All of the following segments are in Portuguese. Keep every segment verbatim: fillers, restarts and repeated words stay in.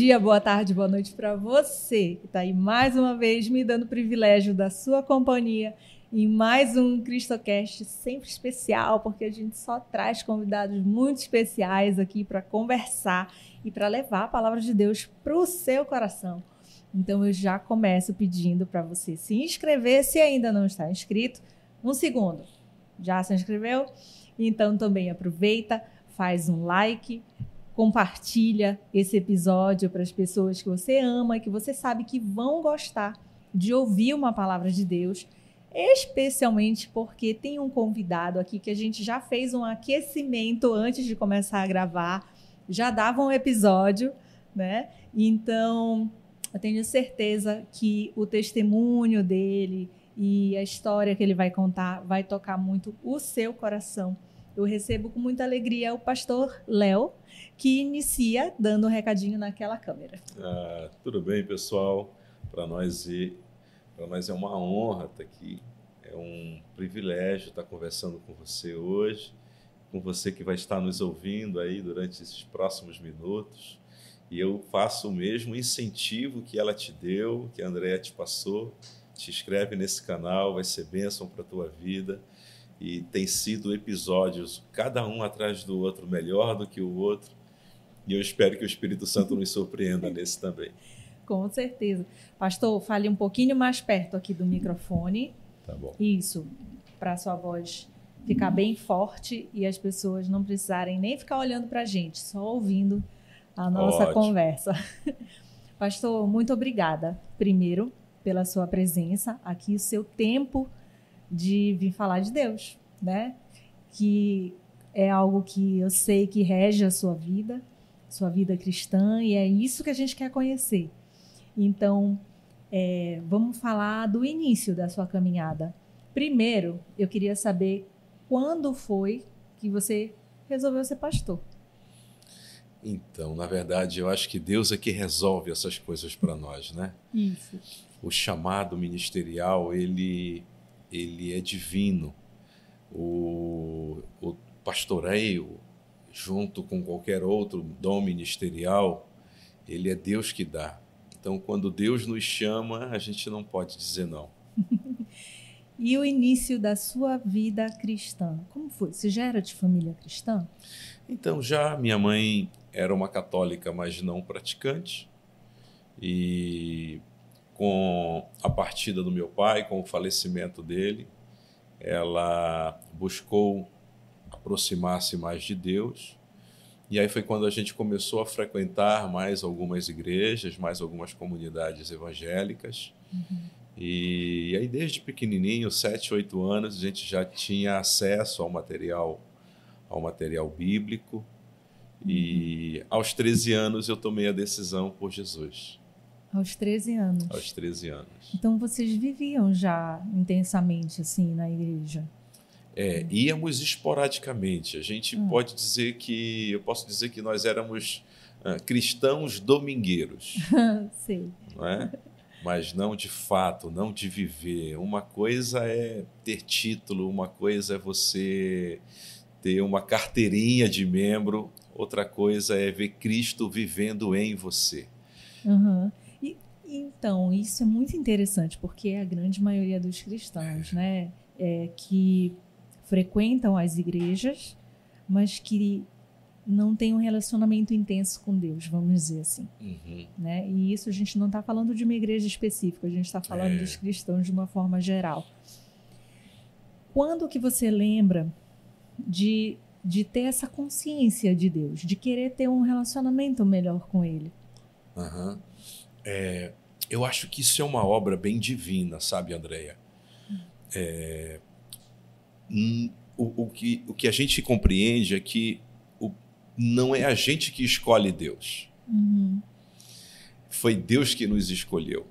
dia, boa tarde, boa noite para você que está aí mais uma vez me dando o privilégio da sua companhia em mais um Cristocast sempre especial, porque a gente só traz convidados muito especiais aqui para conversar e para levar a palavra de Deus para o seu coração. Então eu já começo pedindo para você se inscrever, se ainda não está inscrito. Um segundo, já se inscreveu? Então também aproveita, faz um like, compartilha esse episódio para as pessoas que você ama e que você sabe que vão gostar de ouvir uma palavra de Deus, especialmente porque tem um convidado aqui que a gente já fez um aquecimento antes de começar a gravar, já dava um episódio, né? Então, eu tenho certeza que o testemunho dele e a história que ele vai contar vai tocar muito o seu coração. Eu recebo com muita alegria o pastor Léo, que inicia dando um recadinho naquela câmera. Ah, tudo bem, pessoal? Para nós e Para nós é uma honra estar aqui, é um privilégio estar conversando com você hoje, com você que vai estar nos ouvindo aí durante esses próximos minutos. E eu faço o mesmo incentivo que ela te deu, que a Andréia te passou. Te inscreve nesse canal, vai ser bênção para a tua vida. E tem sido episódios, cada um atrás do outro, melhor do que o outro. E eu espero que o Espírito Santo nos surpreenda nesse também. Com certeza. Pastor, fale um pouquinho mais perto aqui do microfone. Tá bom. Isso, para a sua voz ficar bem forte e as pessoas não precisarem nem ficar olhando para a gente, só ouvindo a nossa Ótimo. conversa. Pastor, muito obrigada, primeiro, pela sua presença aqui, o seu tempo de vir falar de Deus, né? Que é algo que eu sei que rege a sua vida, sua vida cristã, e é isso que a gente quer conhecer. Então, é, vamos falar do início da sua caminhada. Primeiro, eu queria saber quando foi que você resolveu ser pastor. Então, na verdade, eu acho que Deus é que resolve essas coisas para nós, né? Isso. O chamado ministerial, ele, ele é divino. O, o pastoreio, junto com qualquer outro dom ministerial, ele é Deus que dá. Então, quando Deus nos chama, a gente não pode dizer não. E o início da sua vida cristã, como foi? Você já era de família cristã? Então, já minha mãe era uma católica, mas não praticante. E com a partida do meu pai, com o falecimento dele, ela buscou aproximar-se mais de Deus. E aí foi quando a gente começou a frequentar mais algumas igrejas, mais algumas comunidades evangélicas. Uhum. E, e aí desde pequenininho, sete, oito anos, a gente já tinha acesso ao material, ao material bíblico. Uhum. E aos treze anos eu tomei a decisão por Jesus. Aos treze anos? Aos treze anos. Então vocês viviam já intensamente assim na igreja? É, íamos esporadicamente. A gente hum. pode dizer que, eu posso dizer que nós éramos uh, cristãos domingueiros. Sim. Não é? Mas não de fato, não de viver. Uma coisa é ter título, uma coisa é você ter uma carteirinha de membro, outra coisa é ver Cristo vivendo em você. Uhum. E, então, isso é muito interessante, porque a grande maioria dos cristãos, né, é que frequentam as igrejas, mas que não têm um relacionamento intenso com Deus, vamos dizer assim. Uhum. Né? E isso a gente não está falando de uma igreja específica, a gente está falando é. dos cristãos de uma forma geral. Quando que você lembra de, de ter essa consciência de Deus, de querer ter um relacionamento melhor com Ele? Uhum. É, eu acho que isso é uma obra bem divina, sabe, Andréia? É... O, o, que, o que a gente compreende é que o, não é a gente que escolhe Deus. Uhum. Foi Deus que nos escolheu.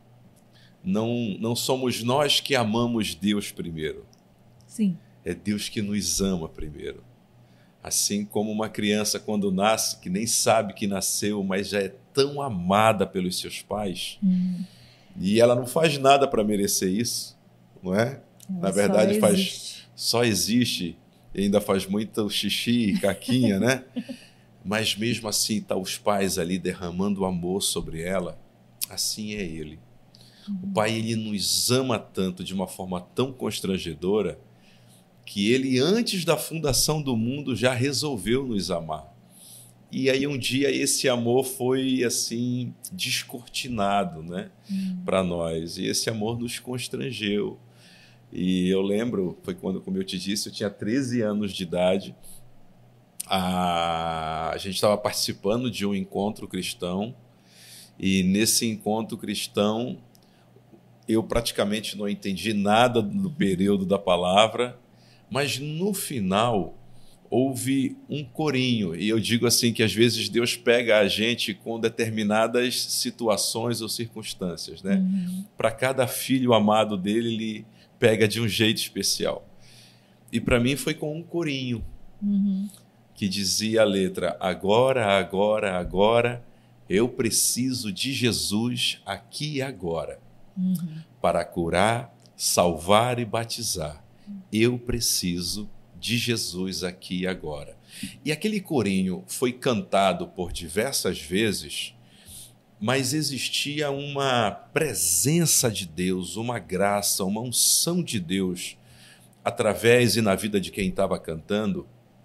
Não, não somos nós que amamos Deus primeiro. Sim. É Deus que nos ama primeiro. Assim como uma criança quando nasce, que nem sabe que nasceu, mas já é tão amada pelos seus pais, uhum. e ela não faz nada para merecer isso, não é? Ela Na verdade, só faz... existe. só existe e ainda faz muito xixi e caquinha, né? mas mesmo assim tá os pais ali derramando amor sobre ela. Assim é Ele. Uhum. O Pai, Ele nos ama tanto, de uma forma tão constrangedora, que Ele, antes da fundação do mundo, já resolveu nos amar. E aí um dia esse amor foi assim descortinado, né, uhum. para nós. E esse amor nos constrangeu. E eu lembro, foi quando, como eu te disse, eu tinha treze anos de idade. A, a gente estava participando de um encontro cristão. E nesse encontro cristão, eu praticamente não entendi nada do período da palavra. Mas no final houve um corinho, e eu digo assim que às vezes Deus pega a gente com determinadas situações ou circunstâncias, né? Uhum. Para cada filho amado dele, ele pega de um jeito especial. E para mim foi com um corinho, uhum. que dizia a letra: agora, agora, agora, eu preciso de Jesus aqui e agora, uhum. para curar, salvar e batizar. Eu preciso de Jesus aqui e agora. E aquele corinho foi cantado por diversas vezes, mas existia uma presença de Deus, uma graça, uma unção de Deus, através e na vida de quem estava cantando,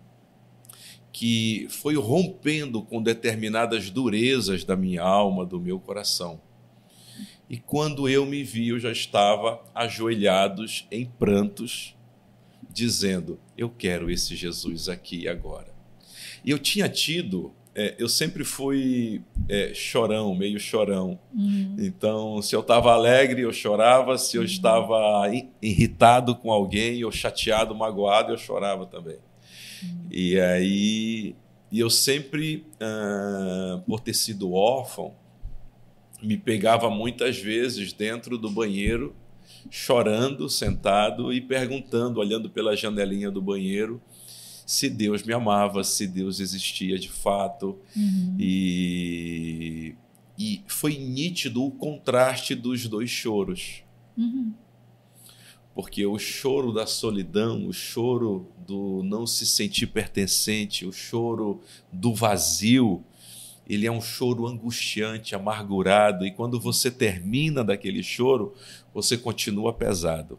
que foi rompendo com determinadas durezas da minha alma, do meu coração. E quando eu me vi, eu já estava ajoelhados em prantos, dizendo: eu quero esse Jesus aqui e agora. E eu tinha tido, é, eu sempre fui é, chorão, meio chorão. Uhum. Então, se eu estava alegre, eu chorava. Se eu uhum. estava irritado com alguém, ou chateado, magoado, eu chorava também. Uhum. E aí, e eu sempre, ah, por ter sido órfão, me pegava muitas vezes dentro do banheiro, chorando, sentado e perguntando, olhando pela janelinha do banheiro, se Deus me amava, se Deus existia de fato. Uhum. E, e foi nítido o contraste dos dois choros. Uhum. Porque o choro da solidão, o choro do não se sentir pertencente, o choro do vazio, ele é um choro angustiante, amargurado, e quando você termina daquele choro, você continua pesado.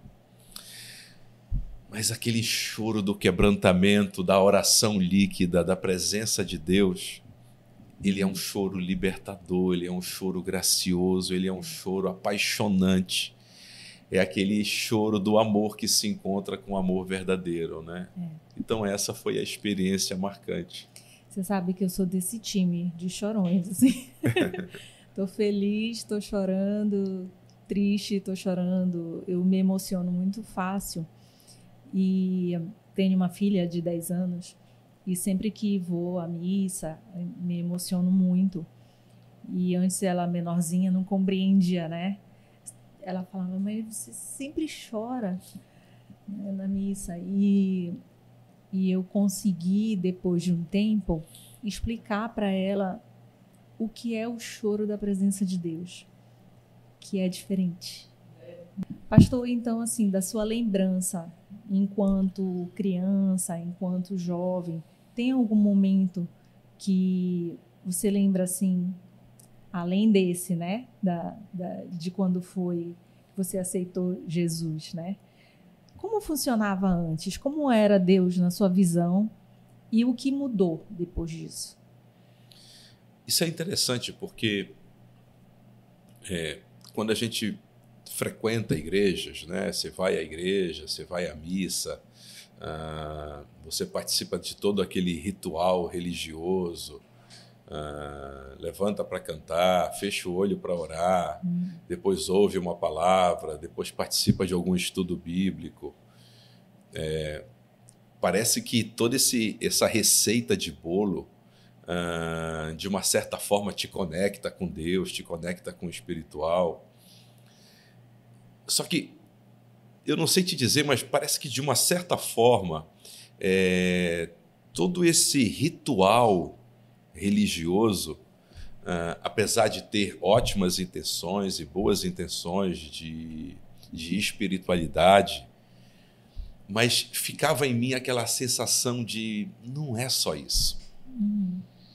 Mas aquele choro do quebrantamento, da oração líquida, da presença de Deus, ele é um choro libertador, ele é um choro gracioso, ele é um choro apaixonante. É aquele choro do amor que se encontra com o amor verdadeiro, né? É. Então essa foi a experiência marcante. Você sabe que eu sou desse time de chorões, assim. Tô feliz, tô chorando, triste, tô chorando. Eu me emociono muito fácil. E tenho uma filha de dez anos e sempre que vou à missa, me emociono muito. E antes ela, menorzinha, não compreendia, né? Ela falava: mas você sempre chora, né, na missa. E... E eu consegui, depois de um tempo, explicar para ela o que é o choro da presença de Deus, que é diferente. Pastor, então, assim, da sua lembrança, enquanto criança, enquanto jovem, tem algum momento que você lembra, assim, além desse, né, da, da, de quando foi que você aceitou Jesus, né? Como funcionava antes? Como era Deus na sua visão? E o que mudou depois disso? Isso é interessante porque é, quando a gente frequenta igrejas, né? Você vai à igreja, você vai à missa, ah, você participa de todo aquele ritual religioso, ah, levanta para cantar, fecha o olho para orar, hum. depois ouve uma palavra, depois participa de algum estudo bíblico. É, parece que toda esse, essa receita de bolo, ah, de uma certa forma, te conecta com Deus, te conecta com o espiritual. Só que, eu não sei te dizer, mas parece que, de uma certa forma, é, todo esse ritual religioso, uh, apesar de ter ótimas intenções e boas intenções de, de espiritualidade, mas ficava em mim aquela sensação de não é só isso. Uhum.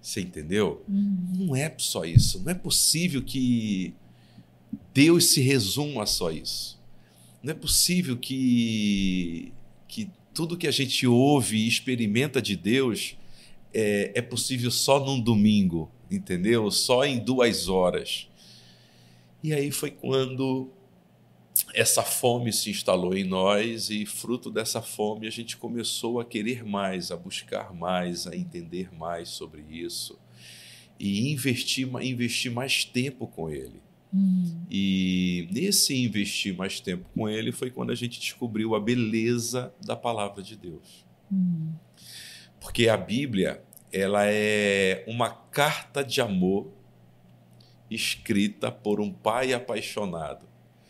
Você entendeu? Uhum. Não é só isso. Não é possível que Deus se resuma a só isso. Não é possível que, que tudo que a gente ouve e experimenta de Deus é, é possível só num domingo, entendeu? Só em duas horas. E aí foi quando essa fome se instalou em nós e, fruto dessa fome, a gente começou a querer mais, a buscar mais, a entender mais sobre isso e investir, investir mais tempo com Ele. Uhum. E nesse investir mais tempo com Ele foi quando a gente descobriu a beleza da palavra de Deus. Uhum. Porque a Bíblia, ela é uma carta de amor escrita por um pai apaixonado.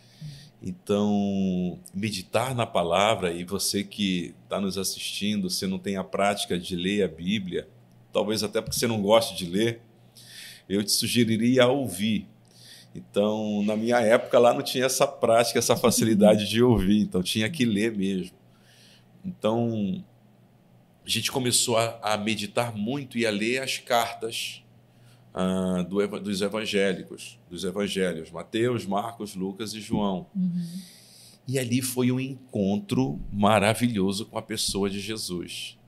Então, meditar na palavra, e você que está nos assistindo, você não tem a prática de ler a Bíblia, talvez até porque você não goste de ler, eu te sugeriria ouvir. Então, na minha época, lá não tinha essa prática, essa facilidade de ouvir, então tinha que ler mesmo. Então, a gente começou a, a meditar muito e a ler as cartas ah, do, dos evangélicos, dos evangelhos, Mateus, Marcos, Lucas e João. Uhum. E ali foi um encontro maravilhoso com a pessoa de Jesus.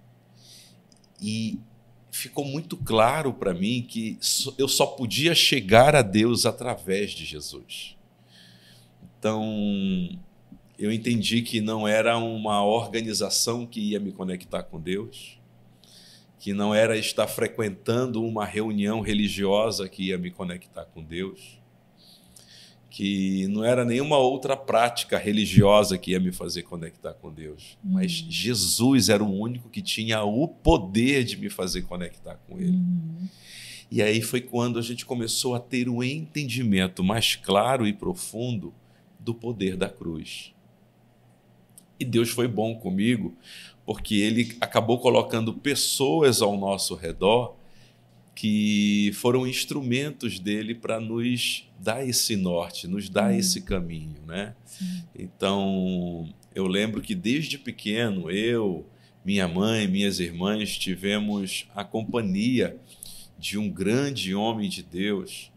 E ficou muito claro para mim que eu só podia chegar a Deus através de Jesus. Então, eu entendi que não era uma organização que ia me conectar com Deus, que não era estar frequentando uma reunião religiosa que ia me conectar com Deus, que não era nenhuma outra prática religiosa que ia me fazer conectar com Deus, Uhum. mas Jesus era o único que tinha o poder de me fazer conectar com Ele. Uhum. E aí foi quando a gente começou a ter um entendimento mais claro e profundo do poder da cruz. E Deus foi bom comigo, porque Ele acabou colocando pessoas ao nosso redor que foram instrumentos dele para nos dar esse norte, nos dar Hum. esse caminho, né? Sim. Então, eu lembro que desde pequeno, eu, minha mãe, minhas irmãs, tivemos a companhia de um grande homem de Deus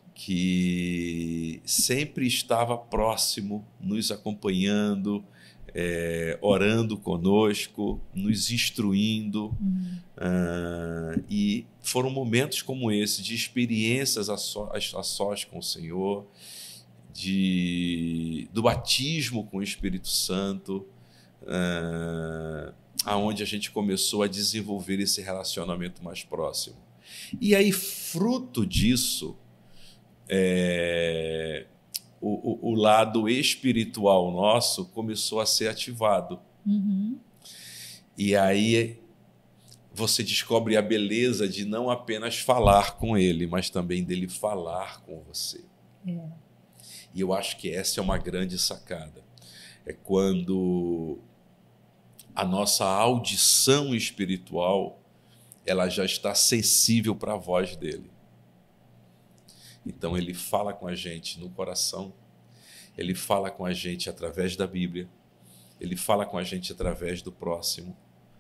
que sempre estava próximo, nos acompanhando, é, orando conosco, nos instruindo. Uhum. Uh, e foram momentos como esse, de experiências a, só, a sós com o Senhor, de, do batismo com o Espírito Santo, uh, aonde a gente começou a desenvolver esse relacionamento mais próximo. E aí, fruto disso, é, o, o, o lado espiritual nosso começou a ser ativado. Uhum. E aí você descobre a beleza de não apenas falar com ele, mas também dele falar com você. É. E eu acho que essa é uma grande sacada. É quando a nossa audição espiritual ela já está sensível para a voz dele. Então ele fala com a gente no coração, ele fala com a gente através da Bíblia, ele fala com a gente através do próximo.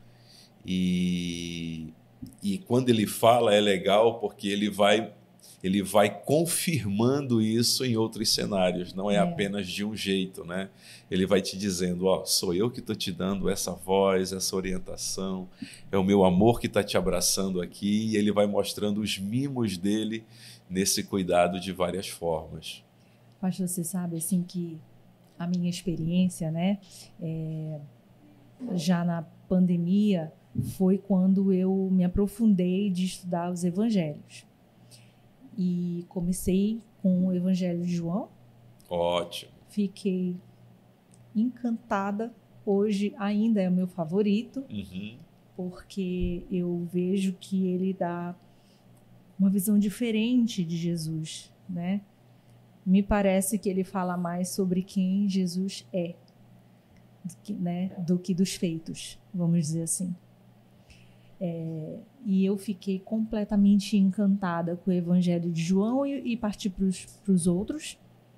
E, e quando ele fala é legal porque ele vai, ele vai confirmando isso em outros cenários, não é, é. apenas de um jeito, né? Ele vai te dizendo, ó, sou eu que estou te dando essa voz, essa orientação, é o meu amor que está te abraçando aqui, e ele vai mostrando os mimos dele nesse cuidado de várias formas. Pastor, você sabe assim que a minha experiência, né, é, já na pandemia, foi quando eu me aprofundei de estudar os evangelhos. E comecei com o Evangelho de João. Ótimo. Fiquei encantada. Hoje ainda é o meu favorito, uhum. porque eu vejo que ele dá uma visão diferente de Jesus, né? Me parece que ele fala mais sobre quem Jesus é, do que, né, do que dos feitos, vamos dizer assim. É, e eu fiquei completamente encantada com o Evangelho de João e, e parti para os outros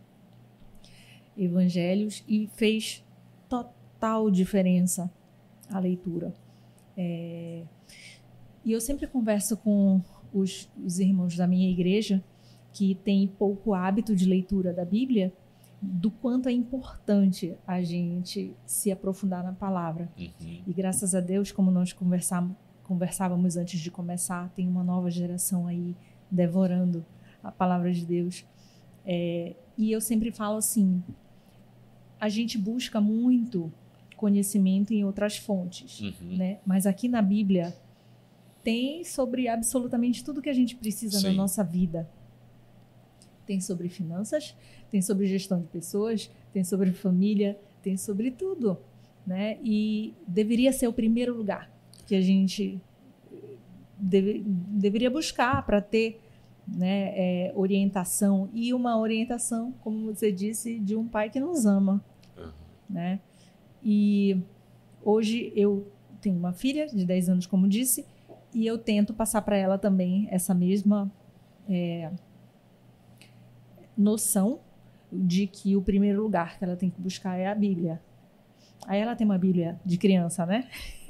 evangelhos e fez total diferença a leitura. É, E eu sempre converso com os, os irmãos da minha igreja que têm pouco hábito de leitura da Bíblia, do quanto é importante a gente se aprofundar na palavra. Uhum. E graças a Deus, como nós conversávamos, conversávamos antes de começar, tem uma nova geração aí devorando a palavra de Deus. É, e eu sempre falo assim, a gente busca muito conhecimento em outras fontes, uhum. né? Mas aqui na Bíblia tem sobre absolutamente tudo que a gente precisa Sim. na nossa vida. Tem sobre finanças, tem sobre gestão de pessoas, tem sobre família, tem sobre tudo, né? E deveria ser o primeiro lugar que a gente deve, deveria buscar para ter, né, é, orientação, e uma orientação, como você disse, de um pai que nos ama, uhum. né? E hoje eu tenho uma filha de dez anos, como disse, e eu tento passar para ela também essa mesma é, noção de que o primeiro lugar que ela tem que buscar é a Bíblia. Aí ela tem uma Bíblia de criança, né?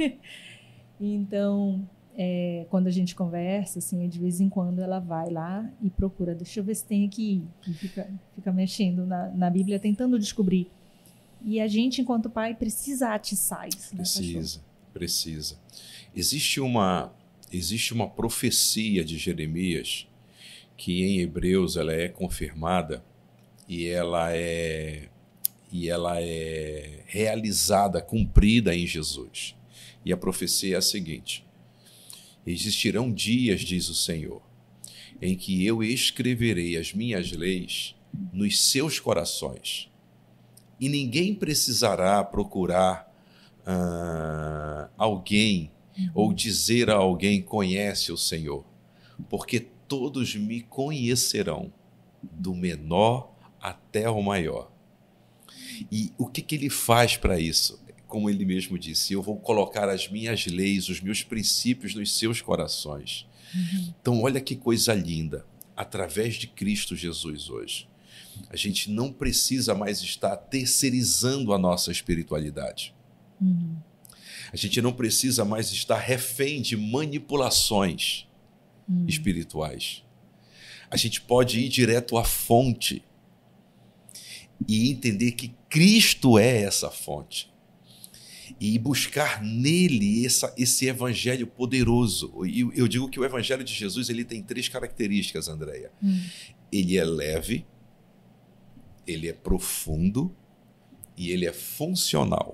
Então, é, quando a gente conversa, assim, de vez em quando ela vai lá e procura, deixa eu ver se tem aqui, e fica, fica mexendo na, na Bíblia, tentando descobrir. E a gente, enquanto pai, precisa atiçar isso. Precisa, né, precisa. Existe uma, existe uma profecia de Jeremias que em Hebreus ela é confirmada e ela é, e ela é realizada, cumprida em Jesus. E a profecia é a seguinte: existirão dias, diz o Senhor, em que eu escreverei as minhas leis nos seus corações, e ninguém precisará procurar uh, alguém uhum. ou dizer a alguém conhece o Senhor, porque todos me conhecerão, do menor até o maior. E o que, que ele faz para isso? Como ele mesmo disse, eu vou colocar as minhas leis, os meus princípios nos seus corações. Uhum. Então, olha que coisa linda. Através de Cristo Jesus hoje, a gente não precisa mais estar terceirizando a nossa espiritualidade. Uhum. A gente não precisa mais estar refém de manipulações uhum. espirituais. A gente pode ir direto à fonte e entender que Cristo é essa fonte. E buscar nele essa, esse evangelho poderoso. E eu digo que o evangelho de Jesus ele tem três características, Andréia. Hum. Ele é leve, ele é profundo e ele é funcional.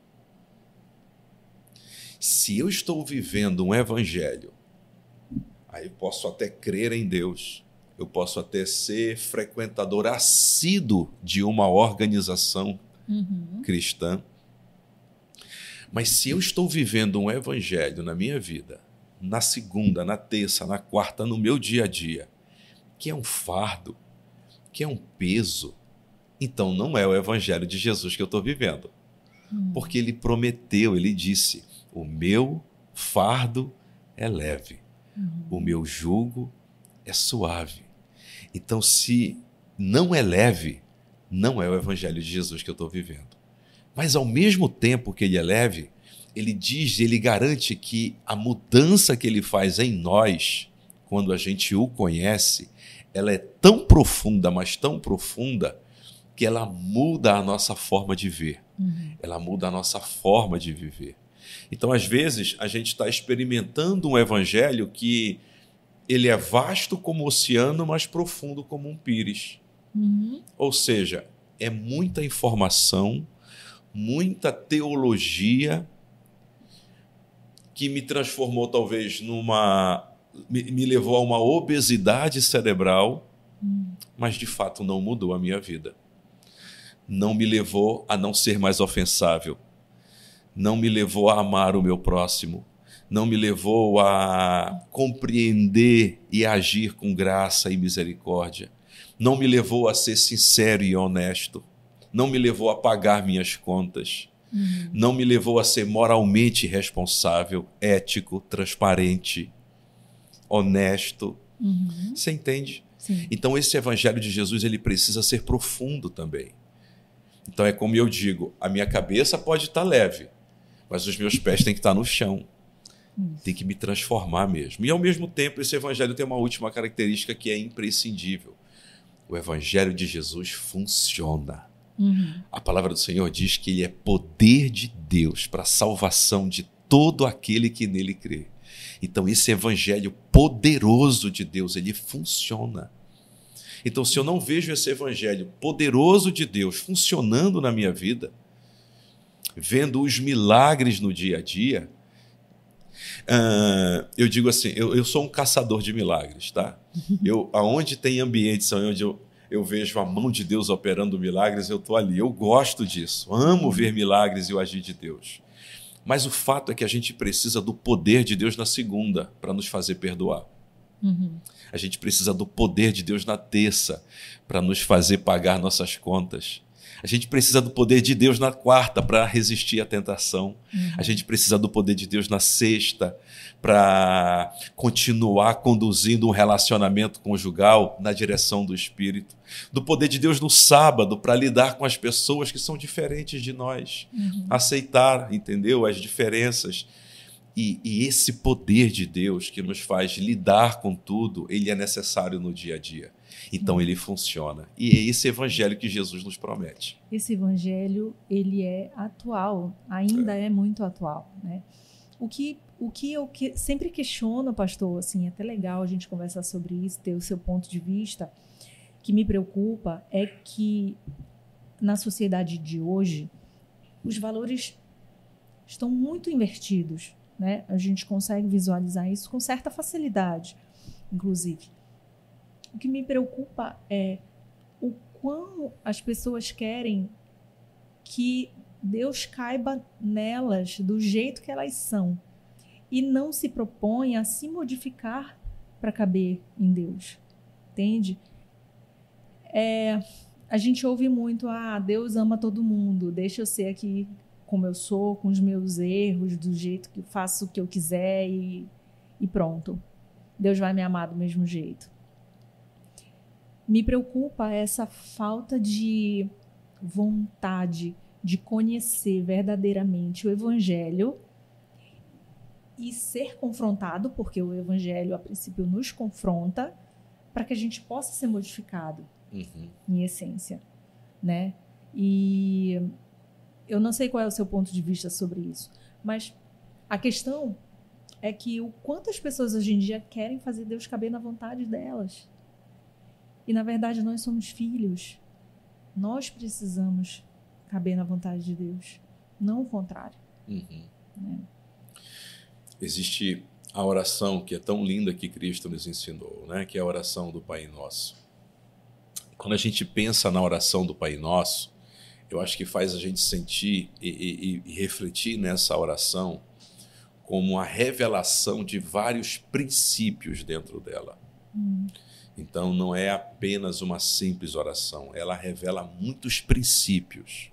Se eu estou vivendo um evangelho, aí eu posso até crer em Deus, eu posso até ser frequentador assíduo de uma organização uhum. cristã, mas se eu estou vivendo um evangelho na minha vida, na segunda, na terça, na quarta, no meu dia a dia, que é um fardo, que é um peso, então não é o evangelho de Jesus que eu estou vivendo. Hum. Porque ele prometeu, ele disse, o meu fardo é leve, uhum. o meu jugo é suave. Então, se não é leve, não é o evangelho de Jesus que eu estou vivendo. Mas, ao mesmo tempo que ele é leve, ele diz, ele garante que a mudança que ele faz em nós, quando a gente o conhece, ela é tão profunda, mas tão profunda, que ela muda a nossa forma de ver. Uhum. Ela muda a nossa forma de viver. Então, às vezes, a gente está experimentando um evangelho que ele é vasto como o oceano, mas profundo como um pires. Uhum. Ou seja, é muita informação, muita teologia que me transformou talvez numa... me, me levou a uma obesidade cerebral, hum. mas de fato não mudou a minha vida. Não me levou a não ser mais ofensável. Não me levou a amar o meu próximo. Não me levou a compreender e agir com graça e misericórdia. Não me levou a ser sincero e honesto. Não me levou a pagar minhas contas, uhum. não me levou a ser moralmente responsável, ético, transparente, honesto. Uhum. Você entende? Sim. Então, esse evangelho de Jesus ele precisa ser profundo também. Então, é como eu digo, a minha cabeça pode estar leve, mas os meus pés têm que estar no chão. Isso. Tem que me transformar mesmo. E, ao mesmo tempo, esse evangelho tem uma última característica que é imprescindível. O evangelho de Jesus funciona. Uhum. A palavra do Senhor diz que ele é poder de Deus para a salvação de todo aquele que nele crê. Então, esse evangelho poderoso de Deus, ele funciona. Então, se eu não vejo esse evangelho poderoso de Deus funcionando na minha vida, vendo os milagres no dia a dia, uh, eu digo assim, eu, eu sou um caçador de milagres, tá? Eu, aonde tem ambientes onde eu, eu vejo a mão de Deus operando milagres, eu estou ali. Eu gosto disso, amo ver milagres e o agir de Deus. Mas o fato é que a gente precisa do poder de Deus na segunda para nos fazer perdoar. Uhum. A gente precisa do poder de Deus na terça para nos fazer pagar nossas contas. A gente precisa do poder de Deus na quarta para resistir à tentação. Uhum. A gente precisa do poder de Deus na sexta para continuar conduzindo um relacionamento conjugal na direção do Espírito. Do poder de Deus no sábado para lidar com as pessoas que são diferentes de nós. Uhum. Aceitar, entendeu? As diferenças. E, e esse poder de Deus que nos faz lidar com tudo, ele é necessário no dia a dia. Então uhum. ele funciona. E é esse evangelho que Jesus nos promete. Esse evangelho, ele é atual, ainda é, é muito atual, né? O que, o que eu que, sempre questiono, pastor, assim, é até legal a gente conversar sobre isso, ter o seu ponto de vista, que me preocupa é que na sociedade de hoje, os valores estão muito invertidos, né? A gente consegue visualizar isso com certa facilidade, inclusive. O que me preocupa é o quão as pessoas querem que Deus caiba nelas do jeito que elas são e não se propõe a se modificar para caber em Deus, entende? É, a gente ouve muito, ah, Deus ama todo mundo, deixa eu ser aqui como eu sou, com os meus erros, do jeito que eu faço o que eu quiser e, e pronto. Deus vai me amar do mesmo jeito. Me preocupa essa falta de vontade de conhecer verdadeiramente o Evangelho e ser confrontado, porque o Evangelho, a princípio, nos confronta, para que a gente possa ser modificado, uhum. em essência, né? E eu não sei qual é o seu ponto de vista sobre isso, mas a questão é que o quanto as pessoas hoje em dia querem fazer Deus caber na vontade delas. E, na verdade, nós somos filhos. Nós precisamos caber na vontade de Deus, não o contrário. Uhum. Né? Existe a oração que é tão linda que Cristo nos ensinou, né? Que é a oração do Pai Nosso. Quando a gente pensa na oração do Pai Nosso, eu acho que faz a gente sentir e, e, e refletir nessa oração como a revelação de vários princípios dentro dela. Hum. Então, não é apenas uma simples oração, ela revela muitos princípios.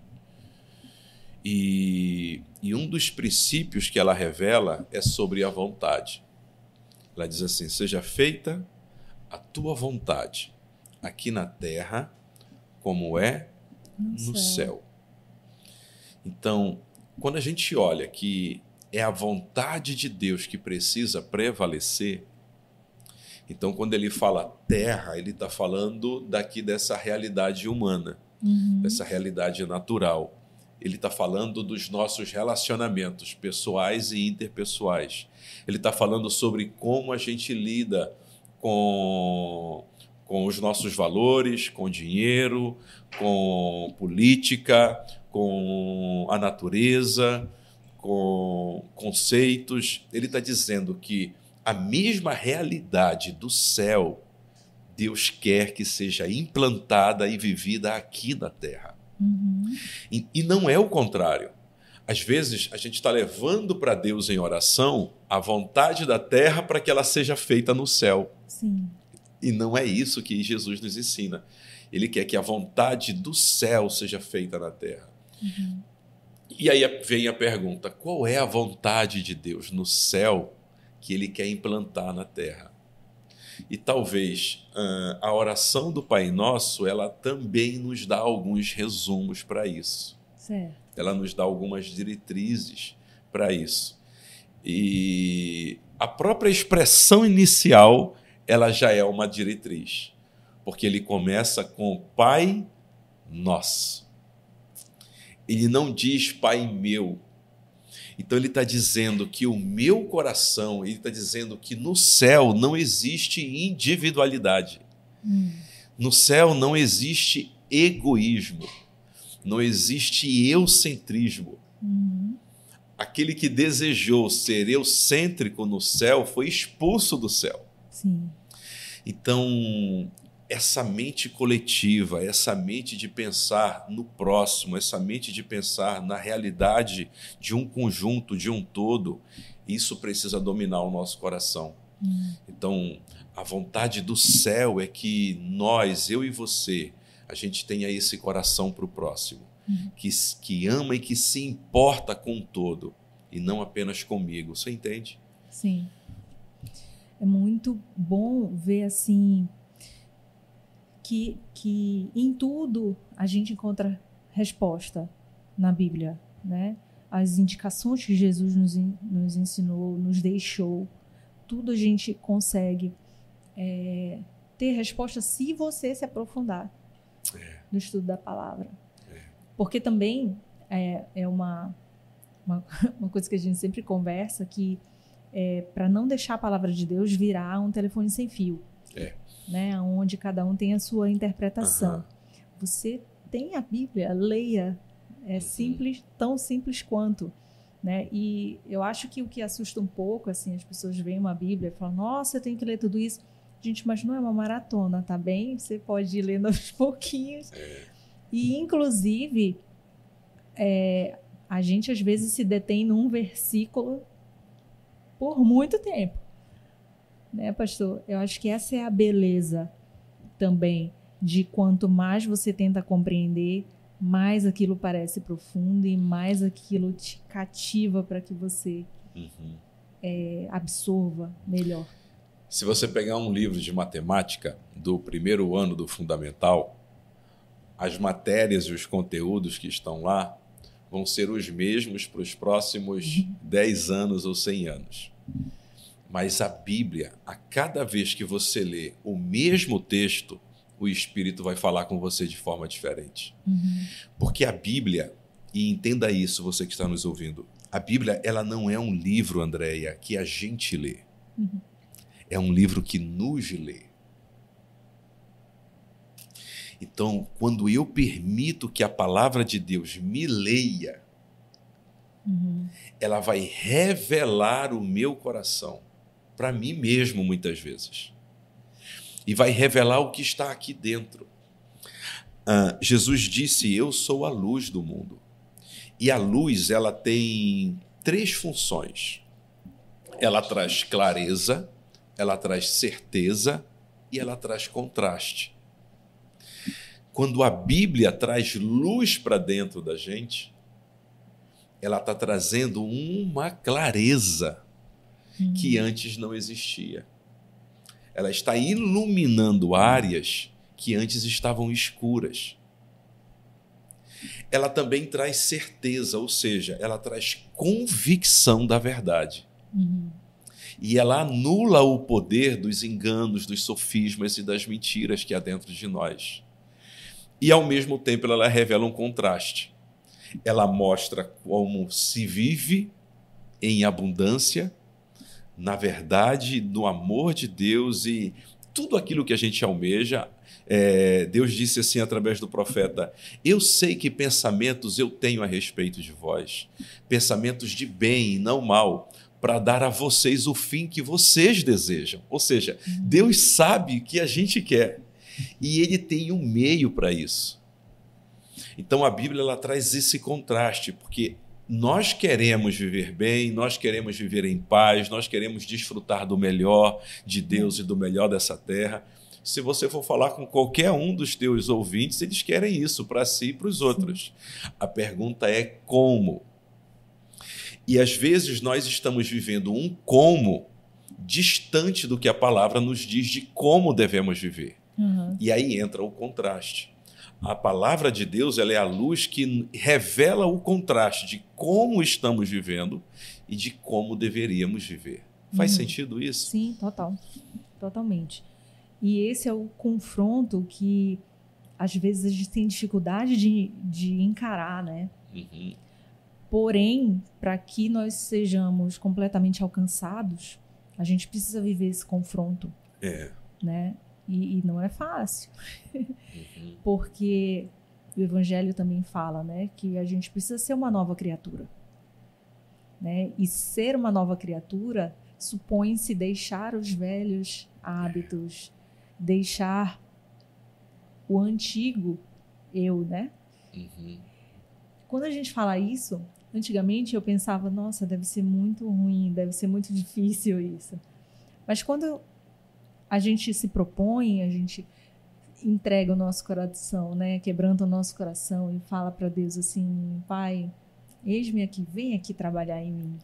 E, e um dos princípios que ela revela é sobre a vontade. Ela diz assim, seja feita a tua vontade, aqui na terra, como é no, no céu. céu. Então, quando a gente olha que é a vontade de Deus que precisa prevalecer, então, quando ele fala terra, ele está falando daqui dessa realidade humana, uhum. dessa realidade natural. Ele está falando dos nossos relacionamentos pessoais e interpessoais. Ele está falando sobre como a gente lida com, com os nossos valores, com dinheiro, com política, com a natureza, com conceitos. Ele está dizendo que a mesma realidade do céu, Deus quer que seja implantada e vivida aqui na terra. Uhum. E, e não é o contrário. Às vezes, a gente está levando para Deus em oração a vontade da terra para que ela seja feita no céu. Sim. E não é isso que Jesus nos ensina. Ele quer que a vontade do céu seja feita na terra. Uhum. E aí vem a pergunta, qual é a vontade de Deus no céu que ele quer implantar na terra? E talvez uh, a oração do Pai Nosso, ela também nos dá alguns resumos para isso. Certo. Ela nos dá algumas diretrizes para isso. E a própria expressão inicial, ela já é uma diretriz, porque ele começa com Pai Nosso. Ele não diz Pai meu. Então ele está dizendo que o meu coração, ele está dizendo que no céu não existe individualidade. Hum. No céu não existe egoísmo, não existe eucentrismo. Uhum. Aquele que desejou ser eucêntrico no céu foi expulso do céu. Sim. Então, essa mente coletiva, essa mente de pensar no próximo, essa mente de pensar na realidade de um conjunto, de um todo, isso precisa dominar o nosso coração. Uhum. Então, a vontade do céu é que nós, eu e você, a gente tenha esse coração para o próximo, uhum. que, que ama e que se importa com o todo, e não apenas comigo. Você entende? Sim. É muito bom ver assim que, que em tudo a gente encontra resposta na Bíblia, né? As indicações que Jesus nos, nos ensinou, nos deixou, tudo a gente consegue É, ter resposta se você se aprofundar é. no estudo da palavra. É. Porque também é, é uma, uma, uma coisa que a gente sempre conversa, que é, para não deixar a palavra de Deus virar um telefone sem fio, é. né, onde cada um tem a sua interpretação. Uhum. Você tem a Bíblia, leia, é simples, tão simples quanto. Né? E eu acho que o que assusta um pouco, assim, as pessoas veem uma Bíblia e falam, nossa, eu tenho que ler tudo isso. Gente, mas não é uma maratona, tá bem? Você pode ir lendo aos pouquinhos. É. E, inclusive, é, a gente às vezes se detém num versículo por muito tempo. Né, pastor? Eu acho que essa é a beleza também, de quanto mais você tenta compreender, mais aquilo parece profundo e mais aquilo te cativa para que você uhum. é, absorva melhor. Se você pegar um livro de matemática do primeiro ano do fundamental, as matérias e os conteúdos que estão lá vão ser os mesmos para os próximos uhum. dez anos ou cem anos. Mas a Bíblia, a cada vez que você lê o mesmo texto, o Espírito vai falar com você de forma diferente. Uhum. Porque a Bíblia, e entenda isso, você que está nos ouvindo, a Bíblia ela não é um livro, Andréia, que a gente lê. Uhum. É um livro que nos lê. Então, quando eu permito que a palavra de Deus me leia, uhum. ela vai revelar o meu coração para mim mesmo, muitas vezes. E vai revelar o que está aqui dentro. Ah, Jesus disse, eu sou a luz do mundo. E a luz, ela tem três funções. Ela traz clareza, ela traz certeza e ela traz contraste. Quando a Bíblia traz luz para dentro da gente, ela está trazendo uma clareza hum. que antes não existia. Ela está iluminando áreas que antes estavam escuras. Ela também traz certeza, ou seja, ela traz convicção da verdade. Uhum. E ela anula o poder dos enganos, dos sofismas e das mentiras que há dentro de nós. E, ao mesmo tempo, ela revela um contraste. Ela mostra como se vive em abundância, na verdade, no amor de Deus e tudo aquilo que a gente almeja. É, Deus disse assim através do profeta, eu sei que pensamentos eu tenho a respeito de vós, pensamentos de bem e não mal, para dar a vocês o fim que vocês desejam. Ou seja, Deus sabe o que a gente quer e Ele tem um meio para isso. Então a Bíblia ela traz esse contraste, porque nós queremos viver bem, nós queremos viver em paz, nós queremos desfrutar do melhor de Deus e do melhor dessa terra. Se você for falar com qualquer um dos teus ouvintes, eles querem isso para si e para os outros. A pergunta é como? E às vezes nós estamos vivendo um como distante do que a palavra nos diz de como devemos viver. Uhum. E aí entra o contraste. a palavra de Deus, ela é a luz que revela o contraste de como estamos vivendo e de como deveríamos viver. Faz uhum. sentido isso? Sim, total. Totalmente. E esse é o confronto que, às vezes, a gente tem dificuldade de, de encarar, né? Uhum. Porém, para que nós sejamos completamente alcançados, a gente precisa viver esse confronto. É. Né? E, e não é fácil. Uhum. Porque o Evangelho também fala, né, que a gente precisa ser uma nova criatura. Né? E ser uma nova criatura supõe-se deixar os velhos hábitos, deixar o antigo eu, né? Uhum. Quando a gente fala isso, antigamente eu pensava, nossa, deve ser muito ruim, deve ser muito difícil isso. Mas quando a gente se propõe, a gente entrega o nosso coração, né? Quebranta o nosso coração e fala para Deus assim, Pai, eis-me aqui, vem aqui trabalhar em mim.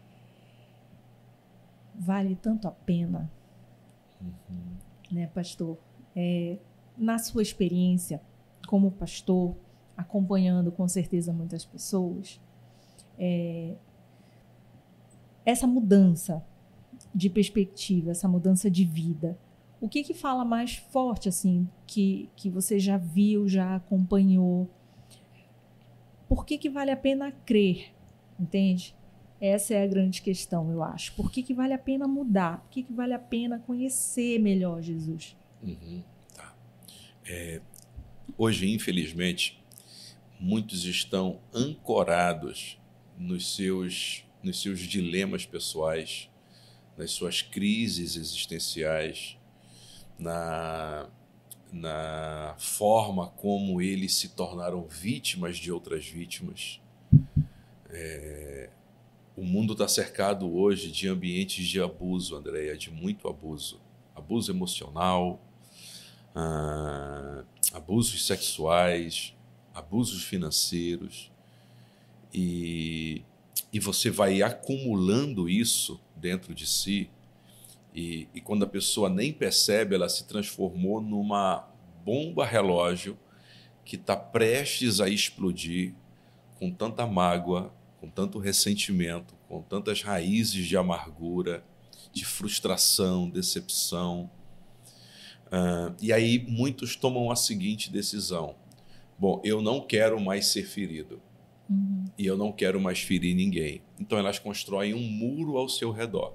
Vale tanto a pena, uhum. né, pastor? É, na sua experiência como pastor, acompanhando com certeza muitas pessoas, é, essa mudança de perspectiva, essa mudança de vida, o que que fala mais forte, assim, que, que você já viu, já acompanhou? Por que que vale a pena crer, entende? Essa é a grande questão, eu acho. Por que que vale a pena mudar? Por que que vale a pena conhecer melhor Jesus? Uhum, tá. É, hoje, infelizmente, muitos estão ancorados nos seus, nos seus dilemas pessoais, nas suas crises existenciais, na, na forma como eles se tornaram vítimas de outras vítimas. É, o mundo está cercado hoje de ambientes de abuso, Andréia, de muito abuso. Abuso emocional, ah, abusos sexuais, abusos financeiros. E, e você vai acumulando isso dentro de si. E, e quando a pessoa nem percebe, ela se transformou numa bomba relógio que está prestes a explodir com tanta mágoa, com tanto ressentimento, com tantas raízes de amargura, de frustração, decepção. Uh, e aí muitos tomam a seguinte decisão: bom, eu não quero mais ser ferido. Uhum. E eu não quero mais ferir ninguém. Então elas constroem um muro ao seu redor.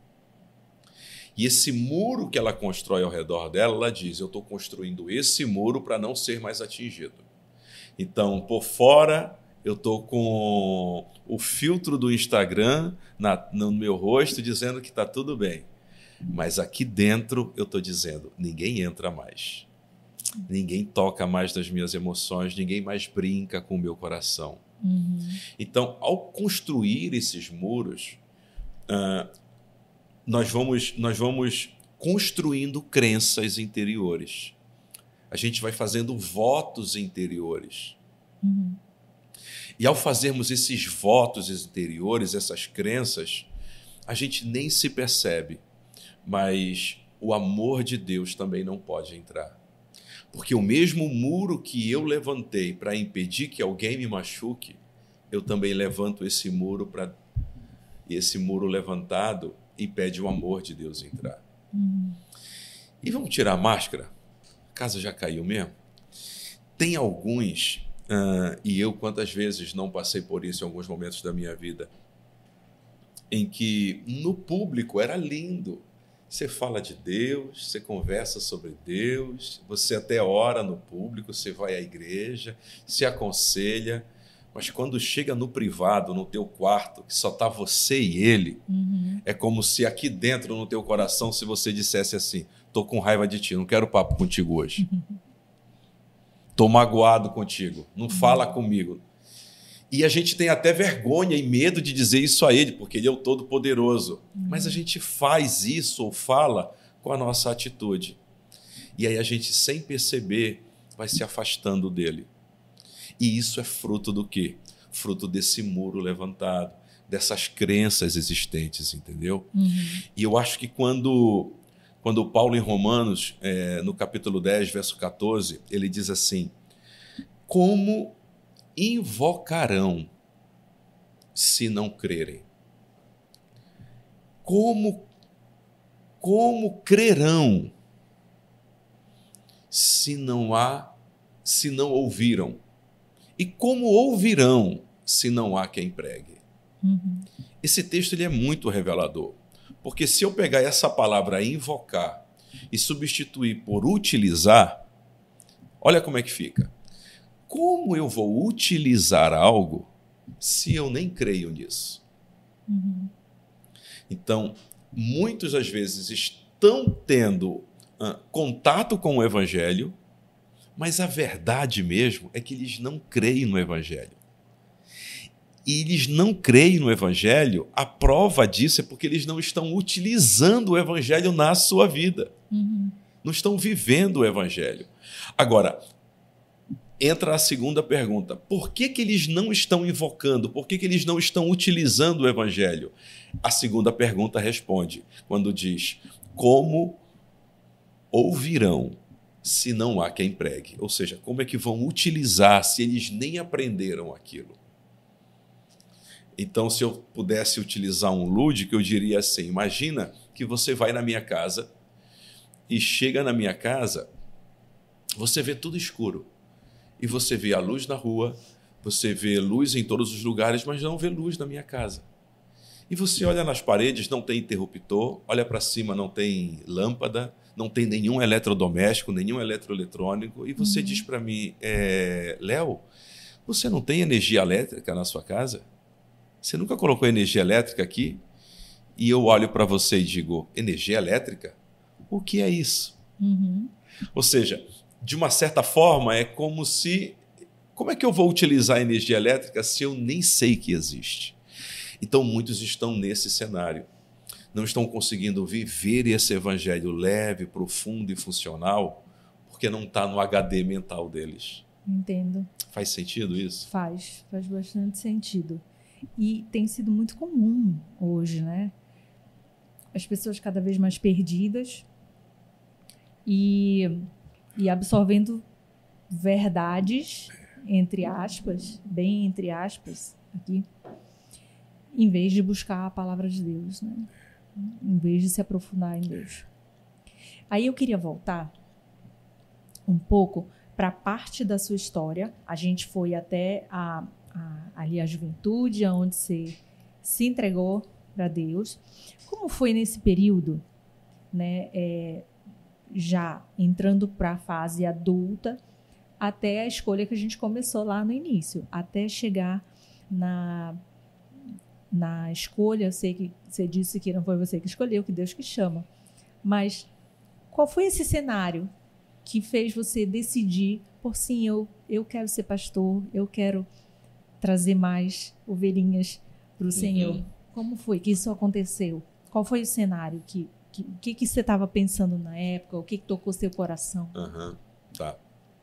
E esse muro que ela constrói ao redor dela, ela diz, eu estou construindo esse muro para não ser mais atingido. Então, por fora, eu estou com o filtro do Instagram na, no meu rosto dizendo que está tudo bem. Mas aqui dentro eu estou dizendo, ninguém entra mais. Ninguém toca mais das minhas emoções, ninguém mais brinca com o meu coração. Uhum. Então, ao construir esses muros, uh, nós vamos, nós vamos construindo crenças interiores. A gente vai fazendo votos interiores. Uhum. E ao fazermos esses votos interiores, essas crenças, a gente nem se percebe, mas o amor de Deus também não pode entrar. Porque o mesmo muro que eu levantei para impedir que alguém me machuque, eu também levanto esse muro para... E esse muro levantado impede o amor de Deus entrar. Uhum. E vamos tirar a máscara? A casa já caiu mesmo? Tem alguns, uh, e eu quantas vezes não passei por isso em alguns momentos da minha vida, em que no público era lindo. Você fala de Deus, você conversa sobre Deus, você até ora no público, você vai à igreja, se aconselha, mas quando chega no privado, no teu quarto, que só está você e ele, uhum. é como se aqui dentro, no teu coração, se você dissesse assim, estou com raiva de ti, não quero papo contigo hoje. Estou magoado contigo, não uhum. fala comigo. E a gente tem até vergonha e medo de dizer isso a ele, porque ele é o Todo-Poderoso. Uhum. Mas a gente faz isso ou fala com a nossa atitude. E aí a gente, sem perceber, vai se afastando dele. E isso é fruto do quê? Fruto desse muro levantado, dessas crenças existentes, entendeu? Uhum. E eu acho que quando, quando Paulo, em Romanos, é, no capítulo dez, verso catorze, ele diz assim, como invocarão se não crerem? Como, como crerão se não há, se não ouviram? E como ouvirão se não há quem pregue? Uhum. Esse texto ele é muito revelador, porque se eu pegar essa palavra invocar e substituir por utilizar, olha como é que fica. Como eu vou utilizar algo se eu nem creio nisso? Uhum. Então, muitas das vezes estão tendo uh, contato com o Evangelho, mas a verdade mesmo é que eles não creem no Evangelho. E eles não creem no Evangelho, a prova disso é porque eles não estão utilizando o Evangelho na sua vida. Uhum. Não estão vivendo o Evangelho. Agora, entra a segunda pergunta. Por que que eles não estão invocando? Por que que eles não estão utilizando o Evangelho? A segunda pergunta responde quando diz: como ouvirão se não há quem pregue? Ou seja, como é que vão utilizar se eles nem aprenderam aquilo? Então, se eu pudesse utilizar um lúdico, eu diria assim: imagina que você vai na minha casa e chega na minha casa, você vê tudo escuro. E você vê a luz na rua, você vê luz em todos os lugares, mas não vê luz na minha casa. E você olha nas paredes, não tem interruptor, olha para cima, não tem lâmpada, não tem nenhum eletrodoméstico, nenhum eletroeletrônico, e você uhum. diz para mim: é, Léo, você não tem energia elétrica na sua casa? Você nunca colocou energia elétrica aqui? E eu olho para você e digo: energia elétrica? O que é isso? Uhum. Ou seja, de uma certa forma, é como se... Como é que eu vou utilizar a energia elétrica se eu nem sei que existe? Então, muitos estão nesse cenário. Não estão conseguindo viver esse evangelho leve, profundo e funcional, porque não está no H D mental deles. Entendo. Faz sentido isso? Faz, faz bastante sentido. E tem sido muito comum hoje, né? As pessoas cada vez mais perdidas e, e absorvendo verdades, entre aspas, bem entre aspas, aqui, em vez de buscar a palavra de Deus, né? Em vez de se aprofundar em Deus. Aí eu queria voltar um pouco para a parte da sua história. A gente foi até a, a, ali a juventude, onde você se entregou para Deus. Como foi nesse período, né, é, já entrando para a fase adulta, até a escolha que a gente começou lá no início, até chegar na, na escolha? Eu sei que você disse que não foi você que escolheu, que Deus que chama. Mas qual foi esse cenário que fez você decidir, por sim, eu, eu quero ser pastor, eu quero trazer mais ovelhinhas para o uhum. Senhor? Como foi que isso aconteceu? Qual foi o cenário? Que, que, o que, que você estava pensando na época? O que, que tocou seu coração? Uhum. Tá.